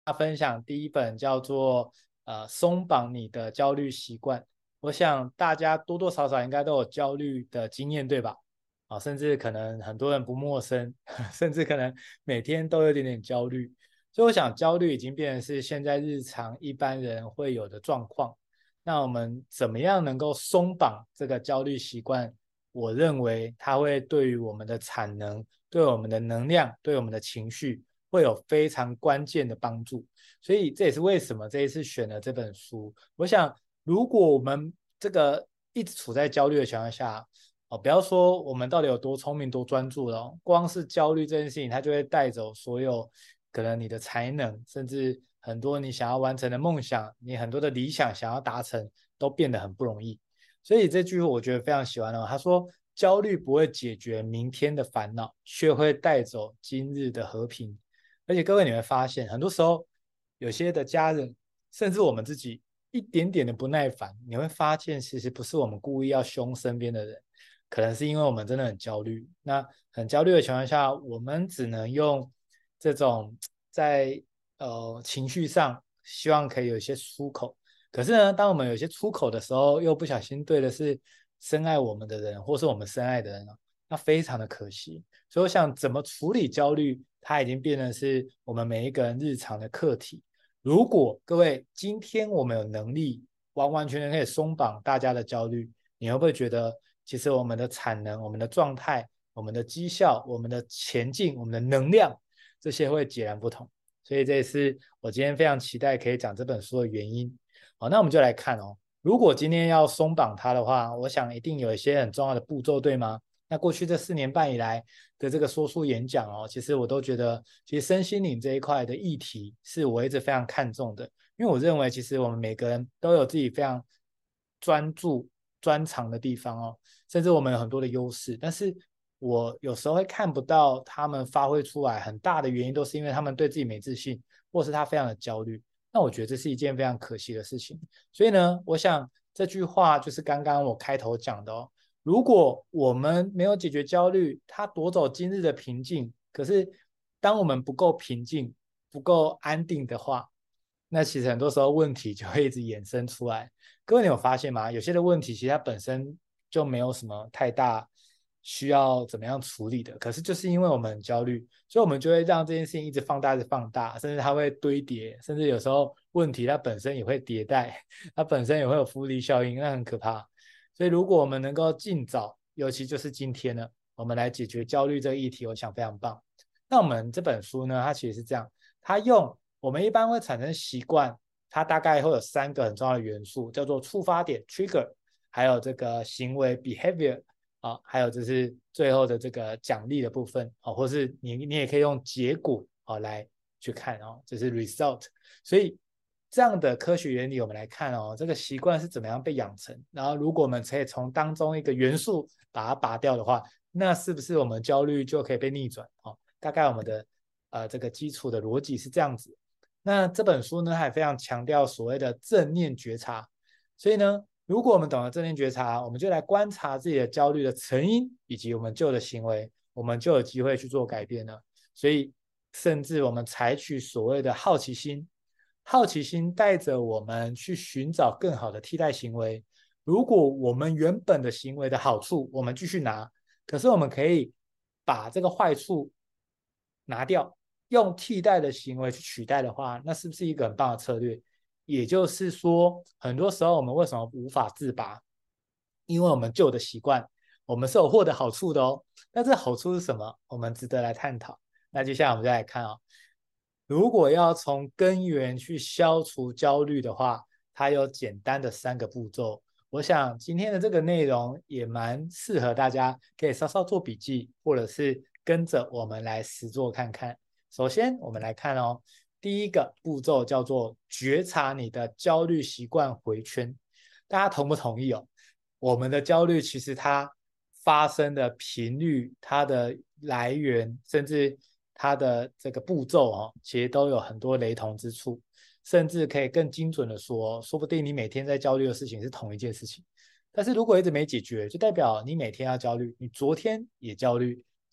分享第一本叫做松绑你的焦虑习惯。我想大家多多少少应该都有焦虑的经验，对吧？甚至可能很多人不陌生，甚至可能每天都有点点焦虑。所以我想焦虑已经变成是现在日常一般人会有的状况。那我们怎么样能够松绑这个焦虑习惯？我认为它会对于我们的产能、对我们的能量、对我们的情绪会有非常关键的帮助。所以这也是为什么这一次选了这本书。我想，如果我们这个一直处在焦虑的情况下，不要说我们到底有多聪明、多专注了，光是焦虑这件事情，它就会带走所有可能你的才能，甚至很多你想要完成的梦想，你很多的理想想要达成，都变得很不容易。所以这句我觉得非常喜欢哦。他说：“焦虑不会解决明天的烦恼，却会带走今日的和平。”而且各位你会发现，很多时候有些的家人，甚至我们自己一点点的不耐烦，你会发现其实不是我们故意要凶身边的人，可能是因为我们真的很焦虑。那很焦虑的情况下，我们只能用这种在情绪上希望可以有一些出口。可是呢，当我们有些出口的时候，又不小心对的是深爱我们的人，或是我们深爱的人，那非常的可惜。所以我想，怎么处理焦虑，它已经变成是我们每一个人日常的课题。如果各位今天我们有能力，完完全全可以松绑大家的焦虑，你会不会觉得，其实我们的产能、我们的状态、我们的绩效、我们的前进、我们的能量，这些会截然不同？所以这也是我今天非常期待可以讲这本书的原因。好，那我们就来看哦，如果今天要松绑它的话，我想一定有一些很重要的步骤，对吗？那过去这4年半以来的这个说书演讲哦，其实我都觉得，其实身心灵这一块的议题是我一直非常看重的，因为我认为其实我们每个人都有自己非常专注、专长的地方哦，甚至我们有很多的优势，但是我有时候会看不到他们发挥出来，很大的原因都是因为他们对自己没自信，或是他非常的焦虑。那我觉得这是一件非常可惜的事情。所以呢，我想这句话就是刚刚我开头讲的哦。如果我们没有解决焦虑，它夺走今日的平静。可是，当我们不够平静、不够安定的话，那其实很多时候问题就会一直衍生出来。各位，你有发现吗？有些的问题其实它本身就没有什么太大需要怎么样处理的，可是就是因为我们很焦虑，所以我们就会让这件事情一直放大、一直放大，甚至它会堆叠，甚至有时候问题它本身也会迭代，它本身也会有复利效应，那很可怕。所以如果我们能够尽早，尤其就是今天呢，我们来解决焦虑这个议题，我想非常棒。那我们这本书呢，它其实是这样，它用我们一般会产生习惯，它大概会有3个很重要的元素，叫做触发点 trigger，还有这个行为 behavior 还有就是最后的这个奖励的部分或是你也可以用结果来去看就是 result。所以这样的科学原理，我们来看这个习惯是怎么样被养成，然后如果我们可以从当中一个元素把它拔掉的话，那是不是我们焦虑就可以被逆转大概我们的这个基础的逻辑是这样子。那这本书呢，还非常强调所谓的正念觉察。所以呢，如果我们懂得正念觉察，我们就来观察自己的焦虑的成因以及我们旧的行为，我们就有机会去做改变了。所以，甚至我们采取所谓的好奇心，好奇心带着我们去寻找更好的替代行为。如果我们原本的行为的好处我们继续拿，可是我们可以把这个坏处拿掉，用替代的行为去取代的话，那是不是一个很棒的策略？也就是说，很多时候我们为什么无法自拔？因为我们旧的习惯，我们是有获得好处的哦。那这好处是什么？我们值得来探讨。那接下来我们再来看如果要从根源去消除焦虑的话，它有简单的3个步骤。我想今天的这个内容也蛮适合大家可以稍稍做笔记，或者是跟着我们来实做看看。首先，我们来看第一个步骤叫做觉察你的焦虑习惯回圈。大家同不同意我们的焦虑其实它发生的频率、它的来源，甚至它的这个步骤其实都有很多雷同之处，甚至可以更精准的说，说不定你每天在焦虑的事情是同一件事情，但是如果一直没解决，就代表你每天要焦虑，你昨天也焦虑，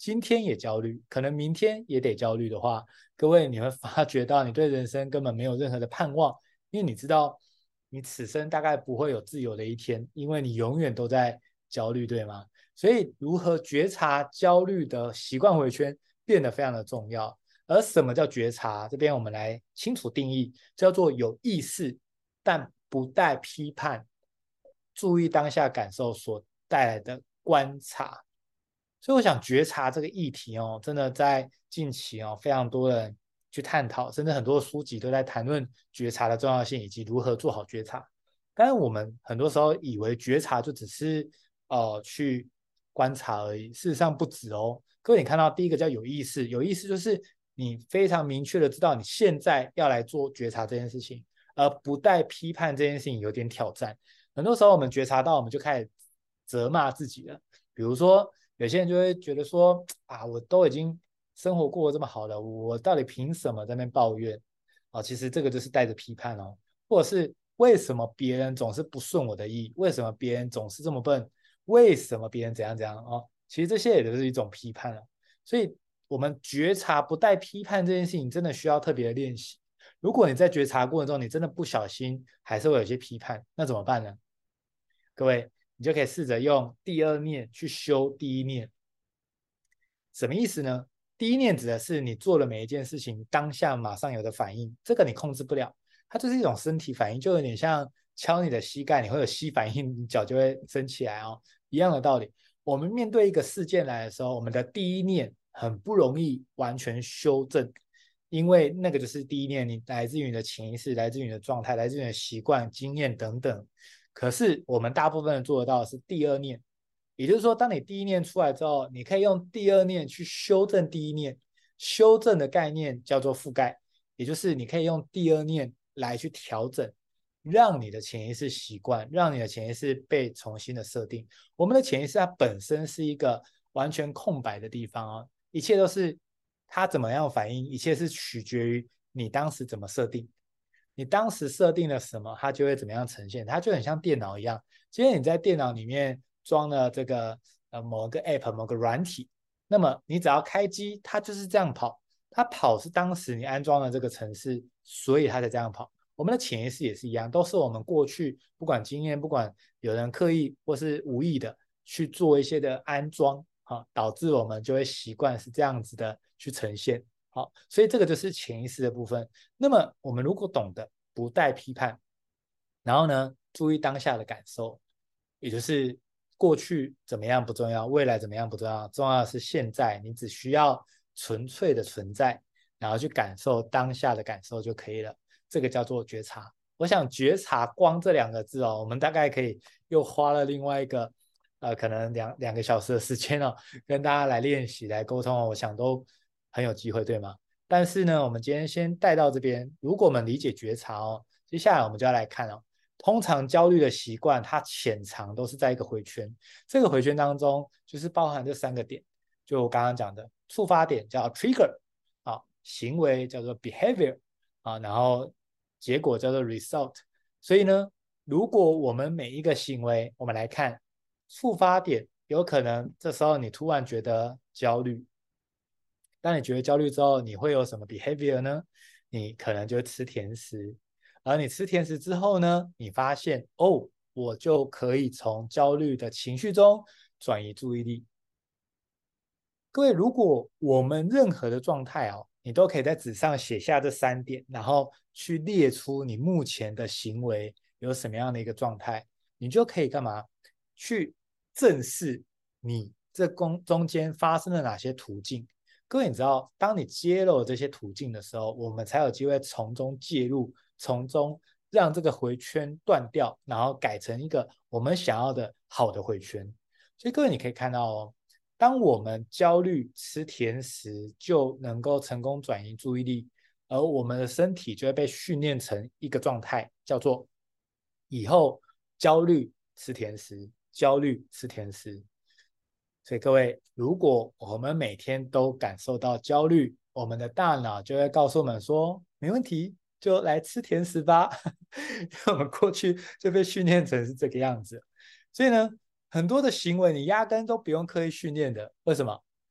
今天也焦虑，可能明天也得焦虑的话，各位你会发觉到你对人生根本没有任何的盼望，因为你知道你此生大概不会有自由的一天，因为你永远都在焦虑，对吗？所以如何觉察焦虑的习惯回圈变得非常的重要。而什么叫觉察？这边我们来清楚定义，叫做有意识但不带批判，注意当下感受所带来的观察。所以我想觉察这个议题哦，真的在近期哦，非常多人去探讨，甚至很多书籍都在谈论觉察的重要性以及如何做好觉察。但是我们很多时候以为觉察就只是去观察而已，事实上不止哦。各位，你看到第一个叫有意识，有意识就是你非常明确的知道你现在要来做觉察这件事情，而不带批判这件事情有点挑战。很多时候我们觉察到，我们就开始责骂自己了。比如说，有些人就会觉得说啊，我都已经生活过得这么好了，我到底凭什么在那边抱怨啊？其实这个就是带着批判哦，或者是为什么别人总是不顺我的意？为什么别人总是这么笨？为什么别人怎样怎样哦？其实这些也都是一种批判了。所以，我们觉察不带批判这件事情，真的需要特别的练习。如果你在觉察过程中，你真的不小心还是会有些批判，那怎么办呢？各位，你就可以试着用第二念去修第一念。什么意思呢？第一念指的是你做了每一件事情当下马上有的反应，这个你控制不了，它就是一种身体反应，就有点像敲你的膝盖，你会有膝反应，你脚就会升起来哦，一样的道理。我们面对一个事件来的时候，我们的第一念很不容易完全修正，因为那个就是第一念，你来自于你的潜意识，来自于你的状态，来自于你的习惯、经验等等。可是我们大部分人做得到的是第二念，也就是说，当你第一念出来之后，你可以用第二念去修正第一念。修正的概念叫做覆盖，也就是你可以用第二念来去调整，让你的潜意识习惯，让你的潜意识被重新的设定。我们的潜意识它本身是一个完全空白的地方哦，一切都是它怎么样反应，一切是取决于你当时怎么设定。你当时设定了什么，它就会怎么样呈现，它就很像电脑一样。今天你在电脑里面装了这个某个 app 某个软体，那么你只要开机，它就是这样跑。它跑是当时你安装了这个程式，所以它才这样跑。我们的潜意识也是一样，都是我们过去不管经验，不管有人刻意或是无意的去做一些的安装，导致我们就会习惯是这样子的去呈现。好，所以这个就是潜意识的部分。那么我们如果懂得不带批判，然后呢，注意当下的感受，也就是过去怎么样不重要，未来怎么样不重要，重要的是现在，你只需要纯粹的存在，然后去感受当下的感受就可以了。这个叫做觉察。我想觉察光这两个字哦，我们大概可以又花了另外一个可能两个小时的时间哦，跟大家来练习来沟通哦，我想都很有机会，对吗？但是呢，我们今天先带到这边。如果我们理解觉察哦，接下来我们就要来看哦，通常焦虑的习惯，它潜藏都是在一个回圈。这个回圈当中，就是包含这三个点，就我刚刚讲的触发点叫 trigger 啊，行为叫做 behavior 啊，然后结果叫做 result。所以呢，如果我们每一个行为，我们来看触发点，有可能这时候你突然觉得焦虑。当你觉得焦虑之后，你会有什么 behavior 呢？你可能就会吃甜食，而你吃甜食之后呢，你发现哦，我就可以从焦虑的情绪中转移注意力。各位，如果我们任何的状态哦，你都可以在纸上写下这三点，然后去列出你目前的行为有什么样的一个状态，你就可以干嘛？去正视你这中间发生了哪些途径。各位，你知道，当你揭露这些途径的时候，我们才有机会从中介入，从中让这个回圈断掉，然后改成一个我们想要的好的回圈。所以各位，你可以看到哦。当我们焦虑吃甜食就能够成功转移注意力，而我们的身体就会被训练成一个状态，叫做以后焦虑吃甜食，焦虑吃甜食。所以各位，如果我们每天都感受到焦虑，我们的大脑就会告诉我们说，没问题，就来吃甜食吧。我们过去就被训练成是这个样子。所以呢，很多的行为你压根都不用刻意训练的。为什么？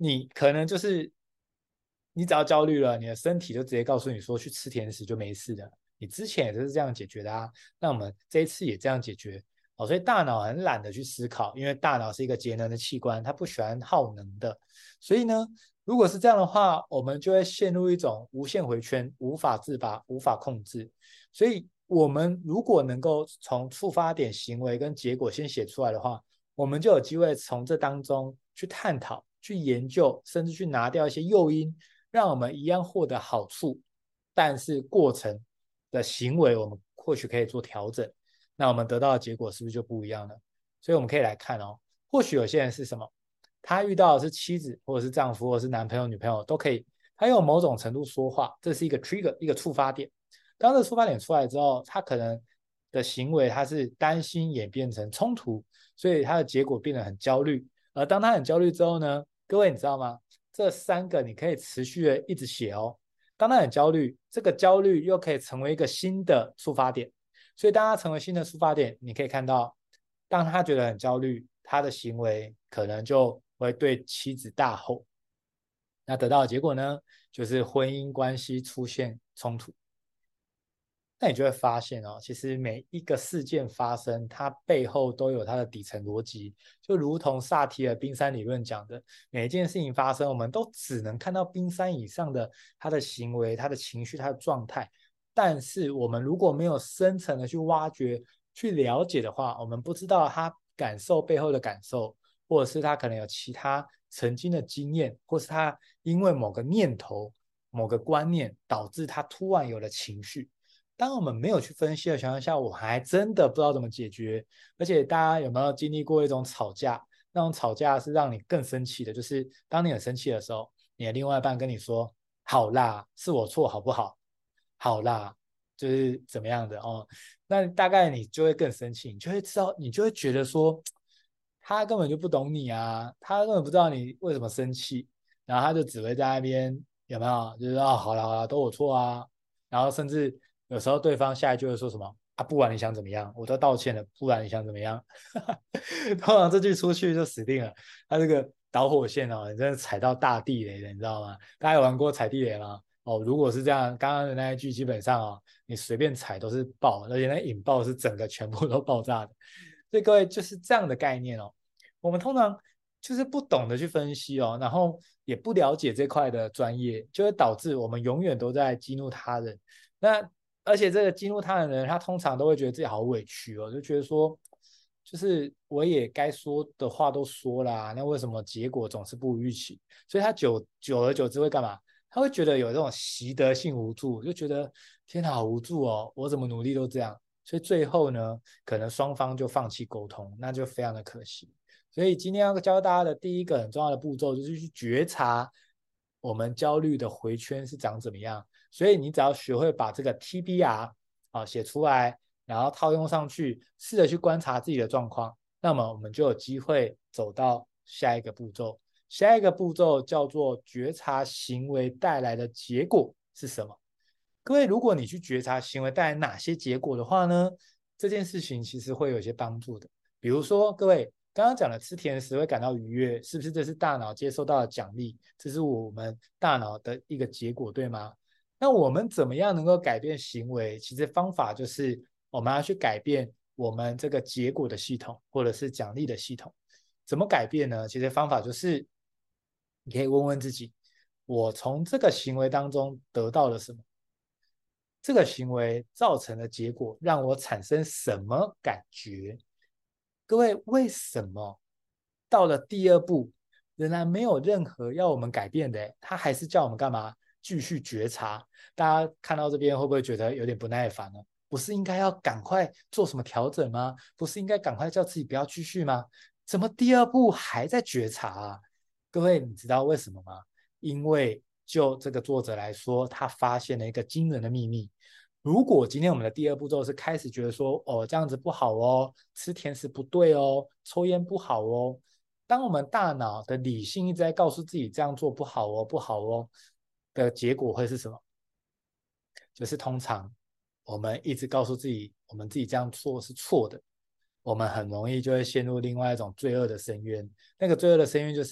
你可能就是你只要焦虑了，你的身体就直接告诉你说去吃甜食就没事的。你之前也就是这样解决的啊，那我们这一次也这样解决。哦，所以大脑很懒得去思考，因为大脑是一个节能的器官，它不喜欢耗能的。所以呢，如果是这样的话，我们就会陷入一种无限回圈，无法自拔，无法控制。所以，我们如果能够从触发点、行为跟结果先写出来的话，我们就有机会从这当中去探讨、去研究，甚至去拿掉一些诱因，让我们一样获得好处，但是过程的行为我们或许可以做调整，那我们得到的结果是不是就不一样了？所以我们可以来看哦，或许有些人是什么，他遇到的是妻子，或者是丈夫，或者是男朋友、女朋友都可以，他用某种程度说话，这是一个 trigger，一个触发点。当这个触发点出来之后，他可能的行为他是担心演变成冲突，所以他的结果变得很焦虑。而当他很焦虑之后呢，各位你知道吗？这三个你可以持续的一直写哦。当他很焦虑，这个焦虑又可以成为一个新的触发点，所以当他成为新的触发点，你可以看到，当他觉得很焦虑，他的行为可能就会对妻子大吼，那得到的结果呢，就是婚姻关系出现冲突。那你就会发现哦，其实每一个事件发生，它背后都有它的底层逻辑，就如同萨提尔冰山理论讲的，每一件事情发生，我们都只能看到冰山以上的他的行为、他的情绪、他的状态，但是我们如果没有深层的去挖掘、去了解的话，我们不知道他感受背后的感受，或者是他可能有其他曾经的经验，或是他因为某个念头、某个观念导致他突然有了情绪。当我们没有去分析的情况下，我还真的不知道怎么解决。而且大家有没有经历过一种吵架？那种吵架是让你更生气的，就是当你很生气的时候，你的另外一半跟你说：“好啦，是我错，好不好？好啦，就是怎么样的哦。”那大概你就会更生气，你就会知道，你就会觉得说，他根本就不懂你啊，他根本不知道你为什么生气，然后他就只会在那边有没有，就是啊，好了好了，都我错啊。然后甚至有时候对方下一句会说什么啊，不管你想怎么样，我都道歉了，不然你想怎么样？通常这句出去就死定了，他这个导火线哦，你真的踩到大地雷了，你知道吗？大家有玩过踩地雷吗？哦，如果是这样，刚刚的那一句基本上哦，你随便踩都是爆，而且那引爆是整个全部都爆炸的。所以各位就是这样的概念哦。我们通常就是不懂得去分析哦，然后也不了解这块的专业，就会导致我们永远都在激怒他人。那而且这个激怒他人的人，他通常都会觉得自己好委屈哦，就觉得说，就是我也该说的话都说啦，那为什么结果总是不如预期？所以他久而久之会干嘛？他会觉得有这种习得性无助，就觉得天哪，好无助哦，我怎么努力都这样。所以最后呢，可能双方就放弃沟通，那就非常的可惜。所以今天要教大家的第一个很重要的步骤，就是去觉察我们焦虑的回圈是长怎么样。所以你只要学会把这个 TBR 写出来，然后套用上去，试着去观察自己的状况，那么我们就有机会走到下一个步骤。下一个步骤叫做觉察行为带来的结果是什么。各位，如果你去觉察行为带来哪些结果的话呢，这件事情其实会有一些帮助的。比如说，各位刚刚讲的吃甜食会感到愉悦，是不是这是大脑接收到的奖励？这是我们大脑的一个结果，对吗？那我们怎么样能够改变行为？其实方法就是我们要去改变我们这个结果的系统，或者是奖励的系统。怎么改变呢？其实方法就是你可以问问自己，我从这个行为当中得到了什么？这个行为造成的结果让我产生什么感觉？各位，为什么到了第二步仍然没有任何要我们改变的？他还是叫我们干嘛？继续觉察。大家看到这边会不会觉得有点不耐烦呢？不是应该要赶快做什么调整吗？不是应该赶快叫自己不要继续吗？怎么第二步还在觉察啊？各位，你知道为什么吗？因为就这个作者来说，他发现了一个惊人的秘密。如果今天我们的第二步骤是开始觉得说，哦，这样子不好哦，吃甜食不对哦，抽烟不好哦，当我们大脑的理性一直在告诉自己这样做不好哦，不好哦的结果会是什么？就是通常我们一直告诉自己，我们自己这样做是错的，我们很容易就会陷入另外一种罪恶的深渊。那个罪恶的深渊就是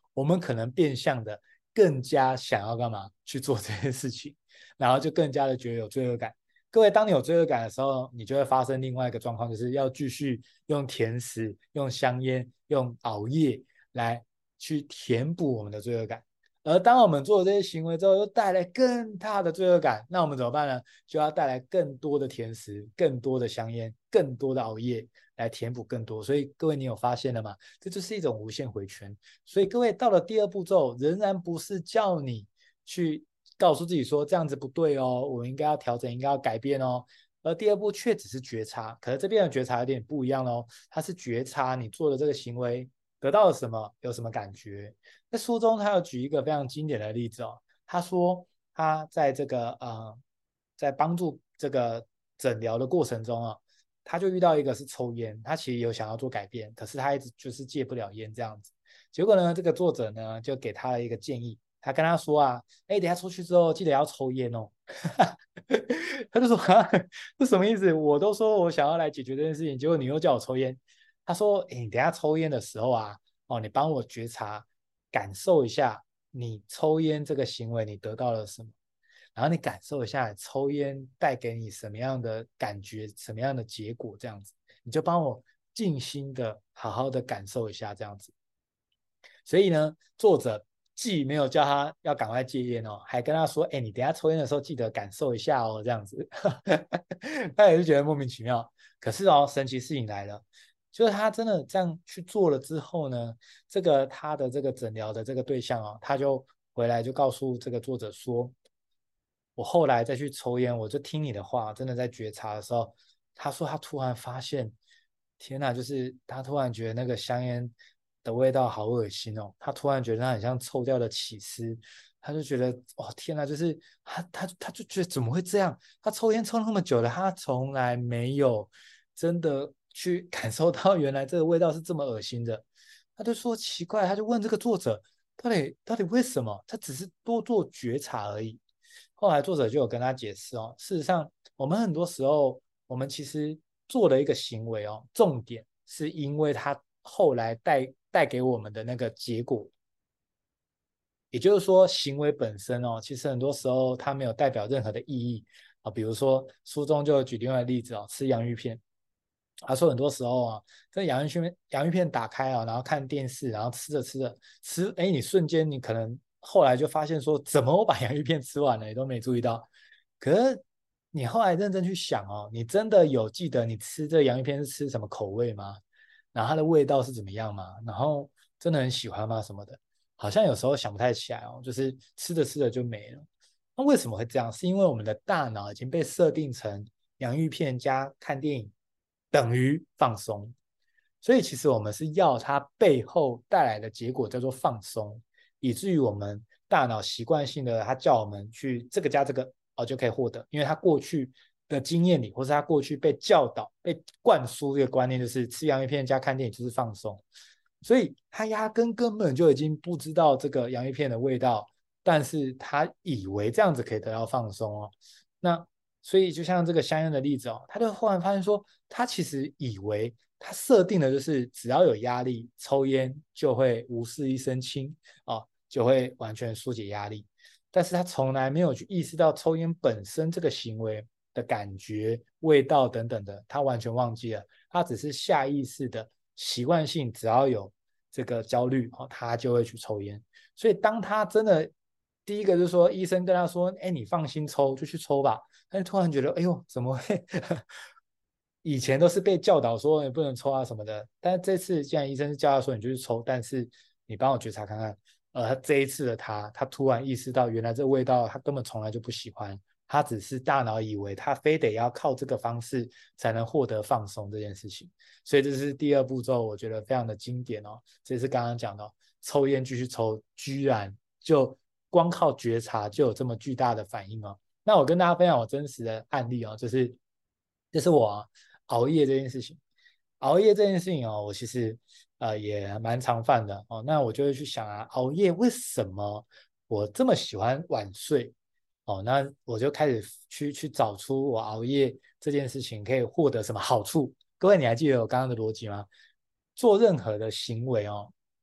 我们可能变相的更加想要干嘛去做这件事情，然后就更加的觉得有罪恶感。各位，当你有罪恶感的时候，你就会发生另外一个状况，就是要继续用甜食、用香烟、用熬夜来去填补我们的罪恶感。而当我们做了这些行为之后，又带来更大的罪恶感，那我们怎么办呢？就要带来更多的甜食、更多的香烟、更多的熬夜来填补更多。所以各位，你有发现了吗？这就是一种无限回圈。所以各位，到了第二步骤，仍然不是叫你去告诉自己说这样子不对哦，我应该要调整，应该要改变哦。而第二步却只是觉察，可是这边的觉察有点不一样哦，它是觉察你做的这个行为得到了什么，有什么感觉。在书中，他有举一个非常经典的例子哦。他说他在这个在帮助这个诊疗的过程中啊，他就遇到一个是抽烟，他其实有想要做改变，可是他一直就是戒不了烟这样子。结果呢，这个作者呢就给他了一个建议，他跟他说啊，哎，等下出去之后记得要抽烟哦。他就说啊，这什么意思？我都说我想要来解决这件事情，结果你又叫我抽烟。他说，哎，你等下抽烟的时候啊，哦，你帮我觉察。感受一下你抽烟这个行为你得到了什么，然后你感受一下抽烟带给你什么样的感觉，什么样的结果，这样子，你就帮我静心的好好的感受一下这样子。所以呢，作者既没有叫他要赶快戒烟哦，还跟他说，哎，你等下抽烟的时候记得感受一下哦，这样子。他也是觉得莫名其妙。可是哦，神奇事情来了，就是他真的这样去做了之后呢，这个他的这个诊疗的这个对象哦，他就回来就告诉这个作者说，我后来再去抽烟，我就听你的话，真的在觉察的时候，他说他突然发现，天哪，就是他突然觉得那个香烟的味道好恶心哦，他突然觉得它很像臭掉的起司，他就觉得哦天哪，就是他就觉得怎么会这样？他抽烟抽那么久了，他从来没有真的去感受到原来这个味道是这么恶心的。他就说奇怪，他就问这个作者，到底为什么？他只是多做觉察而已。后来作者就有跟他解释哦，事实上我们很多时候我们其实做的一个行为哦，重点是因为他后来带给我们的那个结果，也就是说行为本身哦，其实很多时候它没有代表任何的意义啊。比如说书中就举另外的例子哦，吃洋芋片。他说很多时候啊，这洋芋片打开啊，然后看电视，然后吃着吃着吃，哎，你瞬间你可能后来就发现说，怎么我把洋芋片吃完了，你都没注意到。可是你后来认真去想哦，你真的有记得你吃这洋芋片是吃什么口味吗？然后它的味道是怎么样吗？然后真的很喜欢吗？什么的，好像有时候想不太起来哦，就是吃着吃着就没了。那为什么会这样？是因为我们的大脑已经被设定成洋芋片加看电影等于放松，所以其实我们是要它背后带来的结果叫做放松，以至于我们大脑习惯性的它叫我们去这个加这个哦就可以获得，因为它过去的经验里，或是他过去被教导、被灌输这个观念，就是吃洋芋片加看电影就是放松，所以他压根本就已经不知道这个洋芋片的味道，但是他以为这样子可以得到放松哦。那所以就像这个香烟的例子哦，他就忽然发现说，他其实以为他设定的就是只要有压力，抽烟就会无事一身轻哦，就会完全疏解压力。但是他从来没有去意识到抽烟本身这个行为的感觉、味道等等的，他完全忘记了。他只是下意识的习惯性，只要有这个焦虑哦，他就会去抽烟。所以当他真的第一个就是说，医生跟他说：“哎，你放心抽，就去抽吧。”他就突然觉得：“哎呦，怎么会？以前都是被教导说你不能抽啊什么的，但是这次既然医生是叫他说你就去抽，但是你帮我觉察看看，这一次的他突然意识到，原来这味道他根本从来就不喜欢，他只是大脑以为他非得要靠这个方式才能获得放松这件事情，所以这是第二步骤，我觉得非常的经典哦。这是刚刚讲的，抽烟继续抽，居然就光靠觉察就有这么巨大的反应哦。那我跟大家分享我真实的案例哦，就是我熬夜这件事情。熬夜这件事情哦，我其实也蛮常犯的哦。那我就会去想啊，熬夜为什么我这么喜欢晚睡哦？那我就开始去找出我熬夜这件事情可以获得什么好处。各位，你还记得我刚刚的逻辑吗？做任何的行为哦，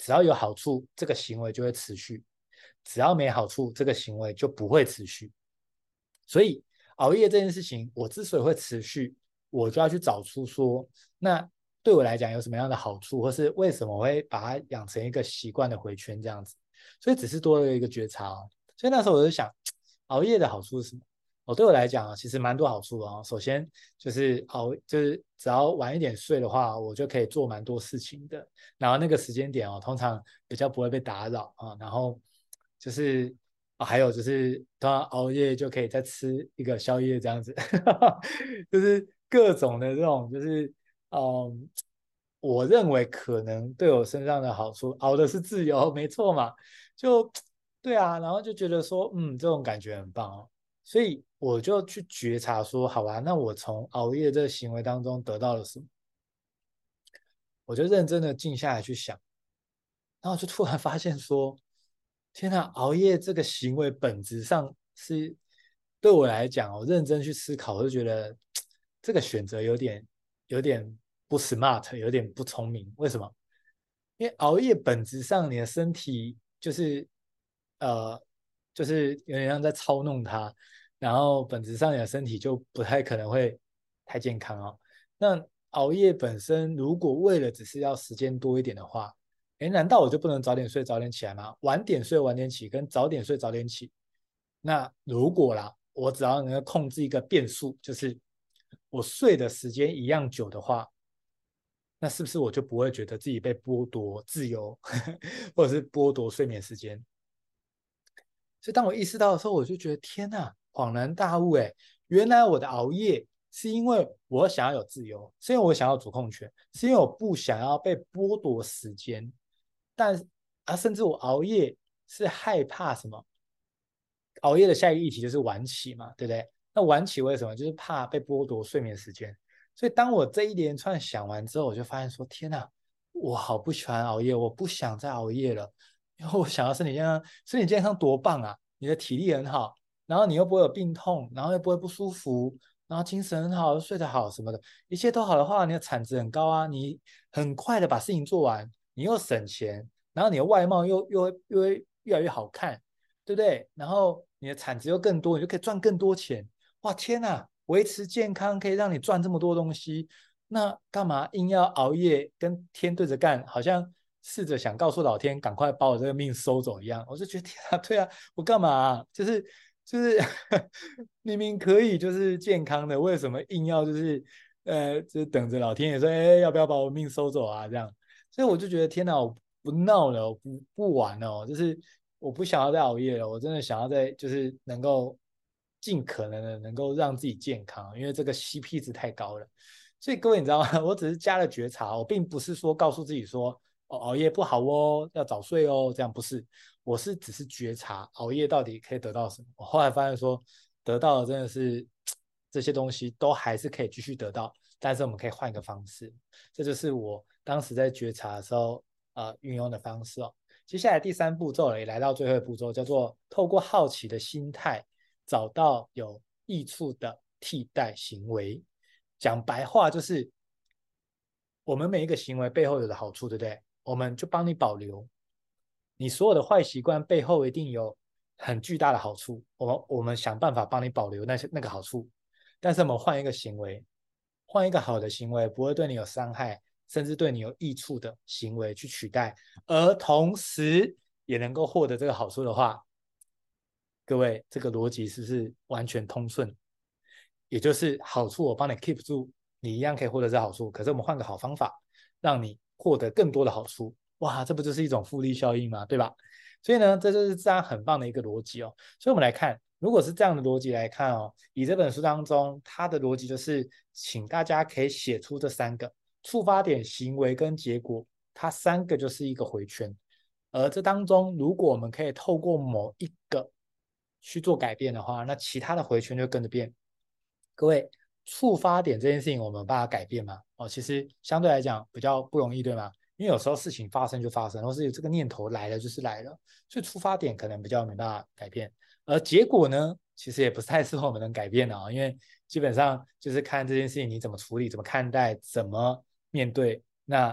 只要有好处，这个行为就会持续；只要没好处，这个行为就不会持续。所以熬夜这件事情，我之所以会持续，我就要去找出说，那对我来讲有什么样的好处，或是为什么我会把它养成一个习惯的回圈这样子。所以只是多了一个觉察哦。所以那时候我就想，熬夜的好处是什么？对我来讲啊，其实蛮多好处的哦。首先就是就是只要晚一点睡的话，我就可以做蛮多事情的。然后那个时间点哦，通常比较不会被打扰啊。然后就是还有就是通常熬夜就可以再吃一个宵夜这样子，就是各种的这种就是嗯，我认为可能对我身上的好处，熬的是自由，没错嘛。就对啊，然后就觉得说，这种感觉很棒哦。所以我就去觉察说，好吧，那我从熬夜这个行为当中得到了什么？我就认真的静下来去想，然后就突然发现说，天哪，熬夜这个行为本质上是对我来讲，我认真去思考，我就觉得这个选择有点不 smart，有点不聪明。为什么？因为熬夜本质上你的身体呃就是有点像在操弄它，然后本质上你的身体就不太可能会太健康哦。那熬夜本身如果为了只是要时间多一点的话，诶，难道我就不能早点睡早点起来吗？晚点睡晚点起跟早点睡早点起，那如果啦，我只要能够控制一个变数，就是我睡的时间一样久的话，那是不是我就不会觉得自己被剥夺自由，或者是剥夺睡眠时间？所以当我意识到的时候，我就觉得天哪，恍然大悟哎，原来我的熬夜是因为我想要有自由，是因为我想要主控权，是因为我不想要被剥夺时间，但甚至我熬夜是害怕什么？熬夜的下一个议题就是晚起嘛，对不对？那晚起为什么？就是怕被剥夺睡眠时间。所以当我这一连串想完之后，我就发现说：天哪，我好不喜欢熬夜，我不想再熬夜了，因为我想要身体健康。身体健康多棒啊！你的体力很好，然后你又不会有病痛，然后又不会不舒服，然后精神很好，睡得好什么的，一切都好的话，你的产值很高啊，你很快的把事情做完，你又省钱，然后你的外貌又会越来越好看。对不对？然后你的产值又更多，你就可以赚更多钱。哇，天哪！维持健康可以让你赚这么多东西，那干嘛硬要熬夜跟天对着干？好像试着想告诉老天赶快把我这个命收走一样。我就觉得天啊，对啊，我干嘛啊？就是明明可以就是健康的，为什么硬要就是等着老天爷说，哎，要不要把我命收走啊？这样，所以我就觉得天哪，我不闹了，我不玩了哦，就是我不想要再熬夜了，我真的想要就是能够尽可能的能够让自己健康，因为这个 CP 值太高了。所以各位你知道吗？我只是加了觉察，我并不是说告诉自己说熬夜不好哦，要早睡哦，这样不是。我只是觉察熬夜到底可以得到什么。我后来发现说，得到的真的是这些东西都还是可以继续得到，但是我们可以换一个方式。这就是我当时在觉察的时候运用的方式哦。接下来第三步骤了，也来到最后一步骤，叫做透过好奇的心态，找到有益处的替代行为。讲白话就是，我们每一个行为背后有的好处，对不对？我们就帮你保留。你所有的坏习惯背后一定有很巨大的好处，我们想办法帮你保留那个好处。但是我们换一个行为，换一个好的行为，不会对你有伤害，甚至对你有益处的行为去取代，而同时也能够获得这个好处的话，各位这个逻辑是不是完全通顺？也就是好处我帮你 keep 住，你一样可以获得这好处，可是我们换个好方法，让你获得更多的好处。哇，这不就是一种复利效应吗？对吧？所以呢，这就是这样很棒的一个逻辑哦。所以我们来看，如果是这样的逻辑来看哦，以这本书当中，它的逻辑就是，请大家可以写出这三个触发点、行为跟结果，它三个就是一个回圈。而这当中，如果我们可以透过某一个去做改变的话，那其他的回圈就跟着变。各位，触发点这件事情，我们把它改变吗？其实相对来讲比较不容易，对吗？因为有时候事情发生就发生，或是这个念头来了就是来了，所以触发点可能比较没办法改变。而结果呢，其实也不太是我们能改变的因为基本上就是看这件事情你怎么处理、怎么看待、怎么面对。那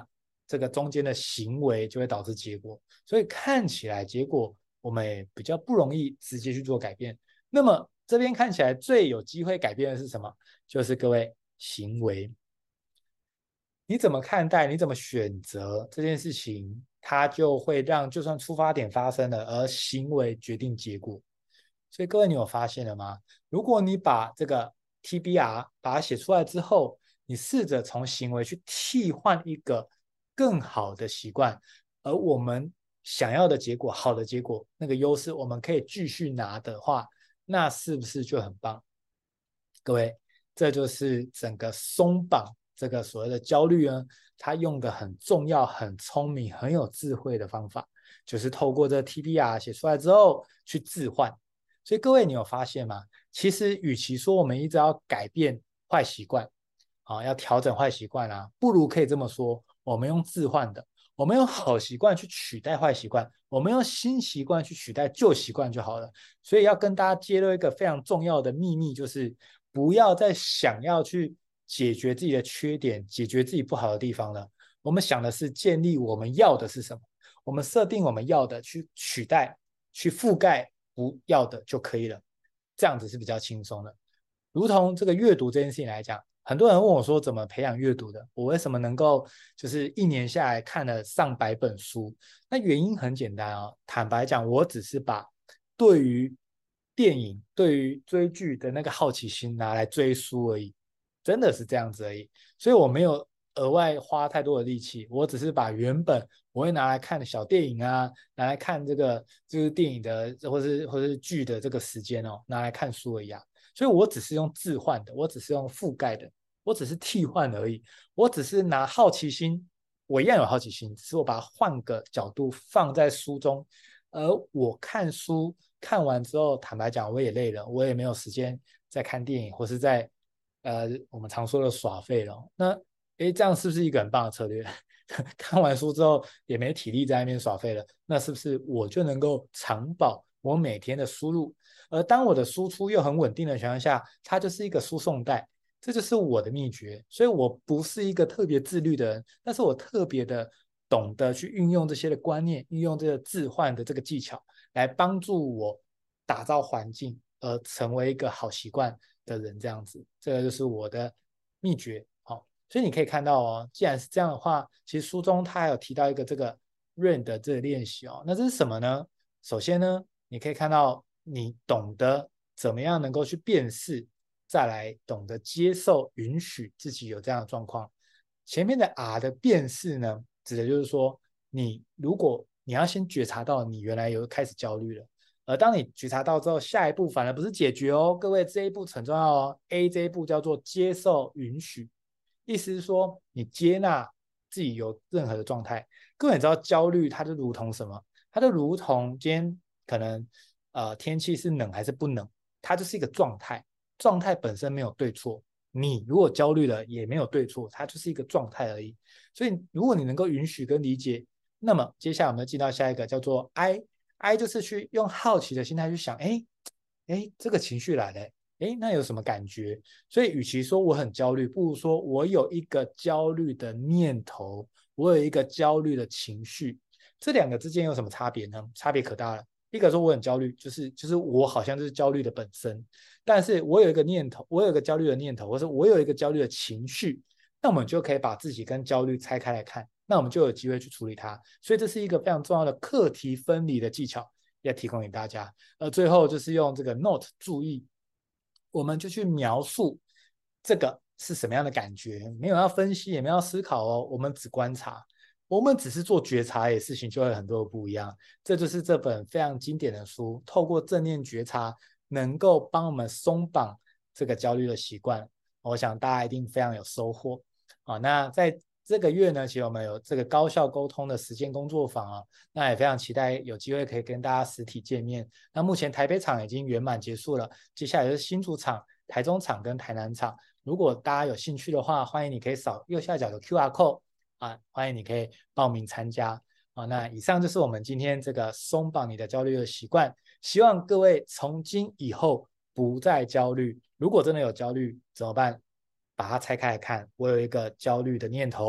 这个中间的行为就会导致结果，所以看起来结果我们也比较不容易直接去做改变。那么这边看起来最有机会改变的是什么？就是各位行为。你怎么看待，你怎么选择这件事情，它就会让就算出发点发生了，而行为决定结果。所以各位，你有发现了吗？如果你把这个 TBR 把它写出来之后，你试着从行为去替换一个更好的习惯，而我们想要的结果，好的结果，那个优势我们可以继续拿的话，那是不是就很棒？各位，这就是整个松绑这个所谓的焦虑呢，它用的很重要、很聪明、很有智慧的方法，就是透过这 TBR 写出来之后去置换。所以各位，你有发现吗？其实与其说我们一直要改变坏习惯，要调整坏习惯啊，不如可以这么说，我们用置换的，我们用好习惯去取代坏习惯，我们用新习惯去取代旧习惯就好了。所以要跟大家揭露一个非常重要的秘密，就是不要再想要去解决自己的缺点，解决自己不好的地方了。我们想的是建立我们要的是什么，我们设定我们要的去取代、去覆盖不要的就可以了，这样子是比较轻松的。如同这个阅读这件事情来讲，很多人问我说怎么培养阅读的，我为什么能够就是一年下来看了上百本书？那原因很简单哦，坦白讲，我只是把对于电影、对于追剧的那个好奇心拿来追书而已，真的是这样子而已。所以我没有额外花太多的力气，我只是把原本我会拿来看的小电影啊，拿来看这个就是电影的或是剧的这个时间哦，拿来看书而已啊。所以我只是用置换的，我只是用覆盖的，我只是替换而已，我只是拿好奇心，我一样有好奇心，只是我把它换个角度放在书中，而我看书看完之后，坦白讲，我也累了，我也没有时间再看电影或是在我们常说的耍废了。那这样是不是一个很棒的策略？看完书之后也没体力在那边耍废了，那是不是我就能够长保我每天的输入？而当我的输出又很稳定的情况下，它就是一个输送带，这就是我的秘诀。所以我不是一个特别自律的人，但是我特别的懂得去运用这些的观念，运用这个置换的这个技巧，来帮助我打造环境，而成为一个好习惯的人。这样子，这个就是我的秘诀。好，所以你可以看到哦，既然是这样的话，其实书中他还有提到一个这个 RAIN 的这个练习哦，那这是什么呢？首先呢，你可以看到你懂得怎么样能够去辨识，再来懂得接受、允许自己有这样的状况。前面的 R 的辨识呢，指的就是说，如果你要先觉察到你原来有开始焦虑了，而当你觉察到之后，下一步反而不是解决哦，各位这一步很重要哦。A 这一步叫做接受、允许，意思是说你接纳自己有任何的状态。各位你知道焦虑它就如同什么？它就如同今天可能天气是冷还是不冷，它就是一个状态，状态本身没有对错。你如果焦虑了也没有对错，它就是一个状态而已。所以如果你能够允许跟理解，那么接下来我们进到下一个叫做 I 就是去用好奇的心态去想，这个情绪来了，那有什么感觉？所以与其说我很焦虑，不如说我有一个焦虑的念头，我有一个焦虑的情绪。这两个之间有什么差别呢？差别可大了。一个说我很焦虑，就是我好像就是焦虑的本身，但是我有一个念头，我有一个焦虑的念头，或者我有一个焦虑的情绪，那我们就可以把自己跟焦虑拆开来看，那我们就有机会去处理它。所以这是一个非常重要的课题分离的技巧，要提供给大家。最后就是用这个 note 注意，我们就去描述这个是什么样的感觉，没有要分析，也没有要思考哦，我们只观察。我们只是做觉察，事情就会很多不一样。这就是这本非常经典的书，透过正念觉察，能够帮我们松绑这个焦虑的习惯。我想大家一定非常有收获。那在这个月呢，其实我们有这个高效沟通的实践工作坊啊，那也非常期待有机会可以跟大家实体见面。那目前台北场已经圆满结束了，接下来就是新竹场、台中场跟台南场。如果大家有兴趣的话，欢迎你可以扫右下角的 QR code。欢迎你可以报名参加。那以上就是我们今天这个松绑你的焦虑的习惯，希望各位从今以后不再焦虑。如果真的有焦虑怎么办？把它拆开来看，我有一个焦虑的念头，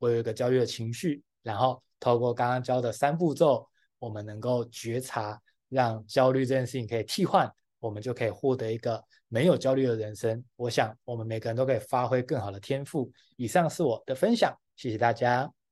我有一个焦虑的情绪，然后透过刚刚教的3步骤，我们能够觉察，让焦虑这件事情可以替换，我们就可以获得一个没有焦虑的人生。我想我们每个人都可以发挥更好的天赋。以上是我的分享，谢谢大家。